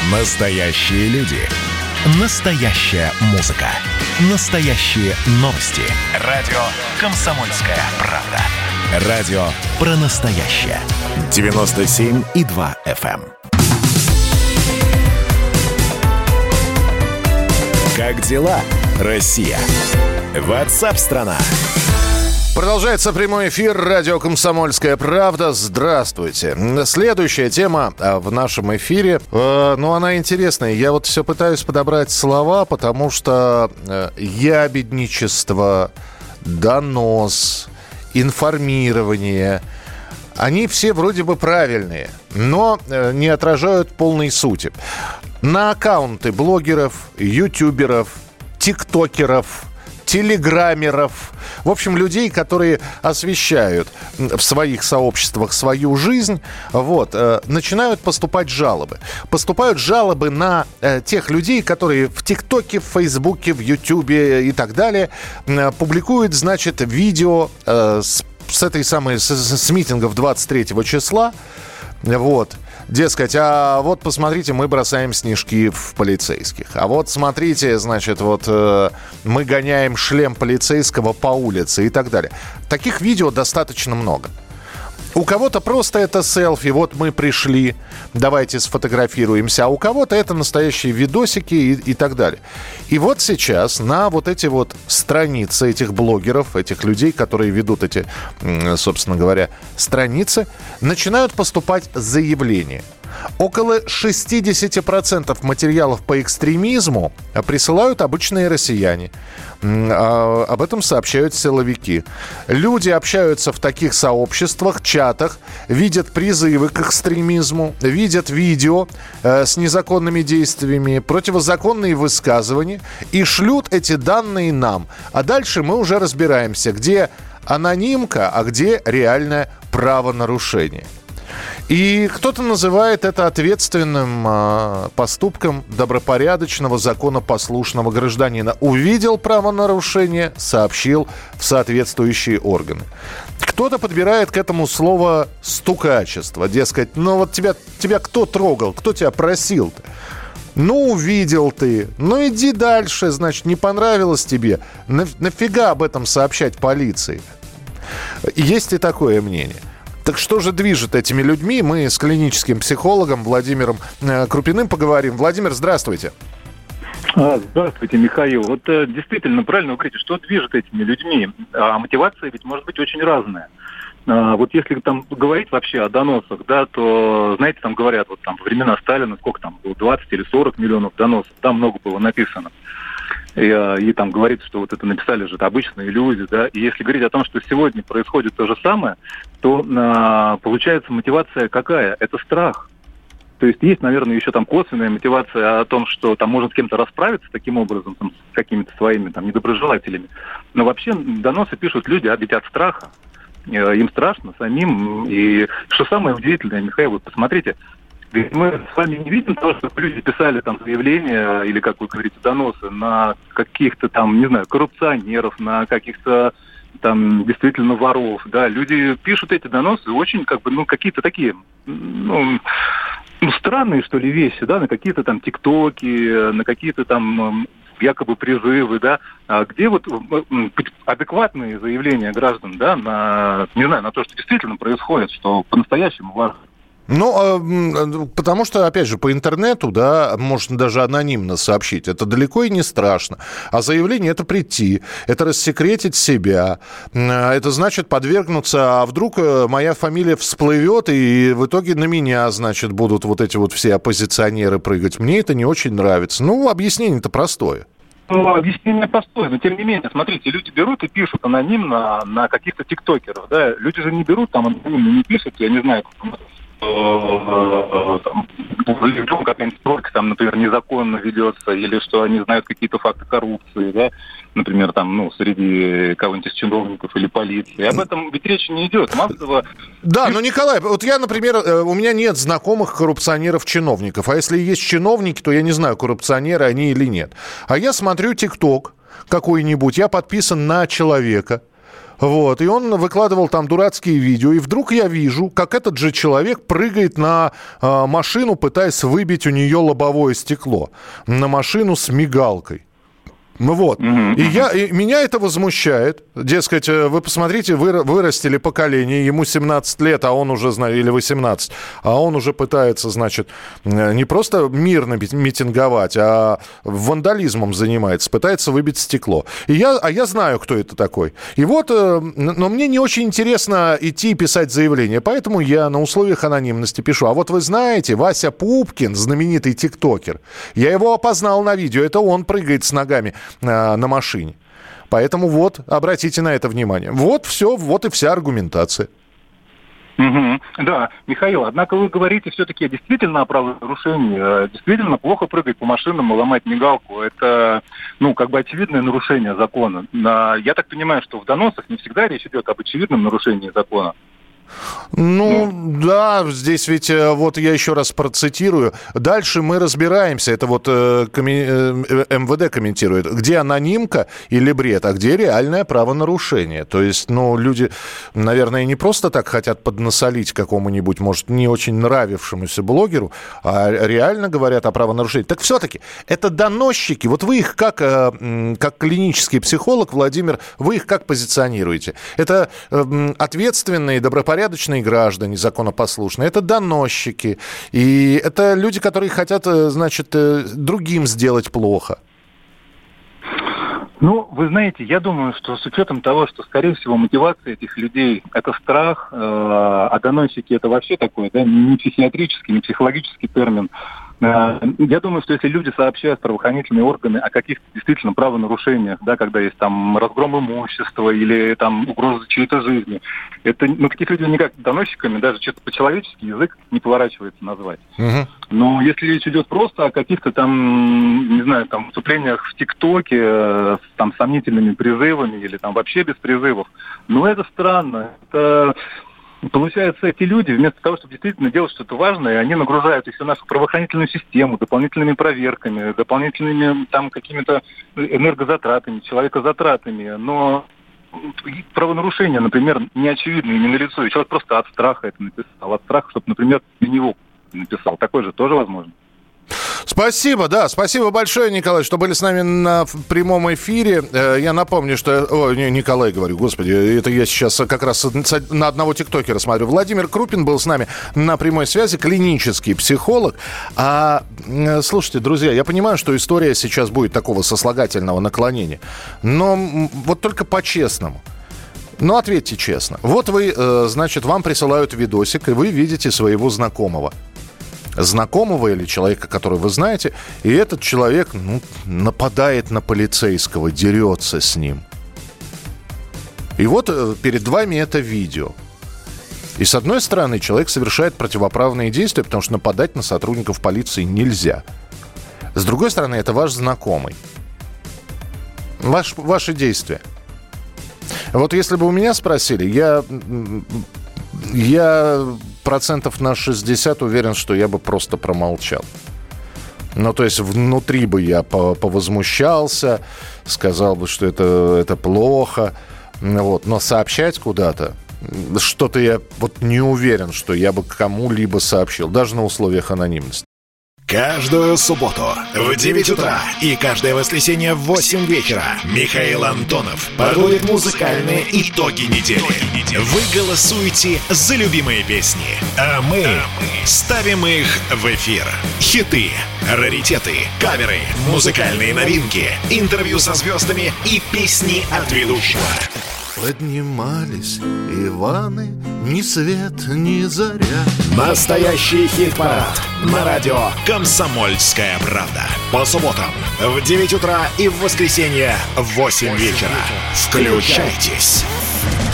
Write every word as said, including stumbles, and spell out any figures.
Настоящие люди. Настоящая музыка. Настоящие новости. Радио «Комсомольская правда». Радио про настоящее. девяносто семь и два эф эм. Как дела, Россия? Ватсап-страна! Продолжается прямой эфир радио «Комсомольская правда». Здравствуйте. Следующая тема в нашем эфире, э, ну, она интересная. Я вот все пытаюсь подобрать слова, потому что э, ябедничество, донос, информирование, они все вроде бы правильные, но э, не отражают полной сути. На аккаунты блогеров, ютуберов, тиктокеров, телеграммеров, в общем, людей, которые освещают в своих сообществах свою жизнь, вот, э, начинают поступать жалобы. Поступают жалобы на э, тех людей, которые в ТикТоке, в Фейсбуке, в Ютубе и так далее э, публикуют, значит, видео э, с, с этой самой, с, с митингов двадцать третьего числа, вот. Дескать, а вот посмотрите, мы бросаем снежки в полицейских. А вот смотрите, значит, вот э, мы гоняем шлем полицейского по улице и так далее. Таких видео достаточно много. У кого-то просто это селфи, вот мы пришли, давайте сфотографируемся, а у кого-то это настоящие видосики и, и так далее. И вот сейчас на вот эти вот страницы этих блогеров, этих людей, которые ведут эти, собственно говоря, страницы, начинают поступать заявления. Около шестьдесят процентов материалов по экстремизму присылают обычные россияне. Об этом сообщают силовики. Люди общаются в таких сообществах, чатах, видят призывы к экстремизму, видят видео э, с незаконными действиями, противозаконные высказывания и шлют эти данные нам. А дальше мы уже разбираемся, где анонимка, а где реальное правонарушение. И кто-то называет это ответственным э, поступком добропорядочного, законопослушного гражданина. Увидел правонарушение, сообщил в соответствующие органы. Кто-то подбирает к этому слово «стукачество». Дескать, ну вот тебя, тебя кто трогал, кто тебя просил-то? Ну, увидел ты. Ну, иди дальше, значит, не понравилось тебе. На, нафига об этом сообщать полиции? Есть и такое мнение. Так что же движет этими людьми? Мы с клиническим психологом Владимиром Крупиным поговорим. Владимир, здравствуйте. Здравствуйте, Михаил. Вот действительно правильно вы говорите, что движет этими людьми. А мотивация ведь может быть очень разная. Вот если там говорить вообще о доносах, да, то, знаете, там говорят, вот там во времена Сталина, сколько там было, двадцать или сорок миллионов доносов, там много было написано. И, и там говорится, что вот это написали же обычные люди, да, и если говорить о том, что сегодня происходит то же самое, то а, получается мотивация какая? Это страх. То есть есть, наверное, еще там косвенная мотивация о том, что там можно с кем-то расправиться таким образом, там, с какими-то своими там недоброжелателями. Но вообще доносы пишут люди, а ведь от страха. Им страшно самим. И что самое удивительное, Михаил, вот посмотрите, ведь мы с вами не видим того, что люди писали там заявления или, как вы говорите, доносы на каких-то там, не знаю, коррупционеров, на каких-то там действительно воров, да. Люди пишут эти доносы очень, как бы, ну, какие-то такие, ну, ну странные, что ли, вещи, да, на какие-то там тиктоки, на какие-то там якобы призывы, да, а где вот адекватные заявления граждан, да, на, не знаю, на то, что действительно происходит, что по-настоящему важно. Ну, потому что, опять же, по интернету, да, можно даже анонимно сообщить. Это далеко и не страшно. А заявление – это прийти, это рассекретить себя. Это значит подвергнуться, а вдруг моя фамилия всплывет, и в итоге на меня, значит, будут вот эти вот все оппозиционеры прыгать. Мне это не очень нравится. Ну, объяснение-то простое. Ну, объяснение простое, но тем не менее, смотрите, люди берут и пишут анонимно на каких-то тиктокеров, да. Люди же не берут, там анонимно не пишут, я не знаю, там, какая-нибудь стройка там, например, незаконно ведется, или что они знают какие-то факты коррупции, да, например, там, ну, среди кого-нибудь из чиновников или полиции. Об этом ведь речи не идет. Массово... Да, ну, Николай, вот я, например, у меня нет знакомых коррупционеров-чиновников, а если есть чиновники, то я не знаю, коррупционеры они или нет. А я смотрю ТикТок какой-нибудь, я подписан на человека, Вот, и он выкладывал там дурацкие видео, и вдруг я вижу, как этот же человек прыгает на э, машину, пытаясь выбить у нее лобовое стекло. На машину с мигалкой. Вот. Mm-hmm. И, я, и меня это возмущает. Дескать, вы посмотрите, вы, вырастили поколение, ему семнадцать лет, а он уже, или восемнадцать, а он уже пытается, значит, не просто мирно митинговать, а вандализмом занимается, пытается выбить стекло. И я, а я знаю, кто это такой. И вот, но мне не очень интересно идти и писать заявление, поэтому я на условиях анонимности пишу. А вот вы знаете, Вася Пупкин, знаменитый тиктокер, я его опознал на видео, это он прыгает с ногами на машине. Поэтому вот, обратите на это внимание. Вот все, вот и вся аргументация. Угу. Да, Михаил, однако вы говорите все-таки действительно о правонарушении. Действительно плохо прыгать по машинам и ломать мигалку. Это, ну, как бы очевидное нарушение закона. Я так понимаю, что в доносах не всегда речь идет об очевидном нарушении закона. Ну, ну, да, здесь ведь, вот я еще раз процитирую. Дальше мы разбираемся, это вот э, коми, э, эм вэ дэ комментирует, где анонимка или бред, а где реальное правонарушение. То есть, ну, люди, наверное, не просто так хотят поднасолить какому-нибудь, может, не очень нравившемуся блогеру, а реально говорят о правонарушении. Так все-таки, это доносчики, вот вы их как, э, как клинический психолог, Владимир, вы их как позиционируете? Это э, ответственные, добропорядочные порядочные граждане, законопослушные, это доносчики, и это люди, которые хотят, значит, другим сделать плохо. Ну, вы знаете, я думаю, что с учетом того, что, скорее всего, мотивация этих людей – это страх, э, а доносчики – это вообще такой, да, не психиатрический, не психологический термин. Я думаю, что если люди сообщают в правоохранительные органы о каких-то действительно правонарушениях, да, когда есть там разгром имущества или там угроза чьей-то жизни, это, ну, таких людей никак доносчиками даже что-то по-человечески язык не поворачивается назвать. Uh-huh. Но если речь идет просто о каких-то там, не знаю, там вступлениях в ТикТоке с там сомнительными призывами или там вообще без призывов, ну, это странно. Это... Получается, эти люди, вместо того, чтобы действительно делать что-то важное, они нагружают еще нашу правоохранительную систему дополнительными проверками, дополнительными там какими-то энергозатратами, человекозатратами. Но правонарушения, например, не очевидны и не налицо. И человек просто от страха это написал. От страха, чтобы, например, на него написал. Такое же тоже возможно. Спасибо, да, спасибо большое, Николай, что были с нами на прямом эфире. Я напомню, что... О, Николай, говорю, господи, это я сейчас как раз на одного тиктокера смотрю. Владимир Крупин был с нами на прямой связи, клинический психолог. А, слушайте, друзья, я понимаю, что история сейчас будет такого сослагательного наклонения, но вот только по-честному. Ну, ответьте честно. Вот вы, значит, вам присылают видосик, и вы видите своего знакомого. Знакомого или человека, которого вы знаете, и этот человек, ну, нападает на полицейского, дерется с ним. И вот перед вами это видео. И с одной стороны, человек совершает противоправные действия, потому что нападать на сотрудников полиции нельзя. С другой стороны, это ваш знакомый. Ваш, ваши действия. Вот если бы у меня спросили, я... Я процентов на шестьдесят уверен, что я бы просто промолчал. Ну, то есть внутри бы я повозмущался, сказал бы, что это, это плохо. Вот. Но сообщать куда-то, что-то я вот не уверен, что я бы кому-либо сообщил, даже на условиях анонимности. Каждую субботу в девять утра и каждое воскресенье в восемь вечера Михаил Антонов подводит музыкальные итоги недели. Вы голосуете за любимые песни, а мы ставим их в эфир. Хиты, раритеты, каверы, музыкальные новинки, интервью со звездами и песни от ведущего. Поднимались Иваны, ни свет, ни заря. Настоящий хит-парад на радио «Комсомольская правда». По субботам в девять утра и в воскресенье в восемь вечера. Включайтесь.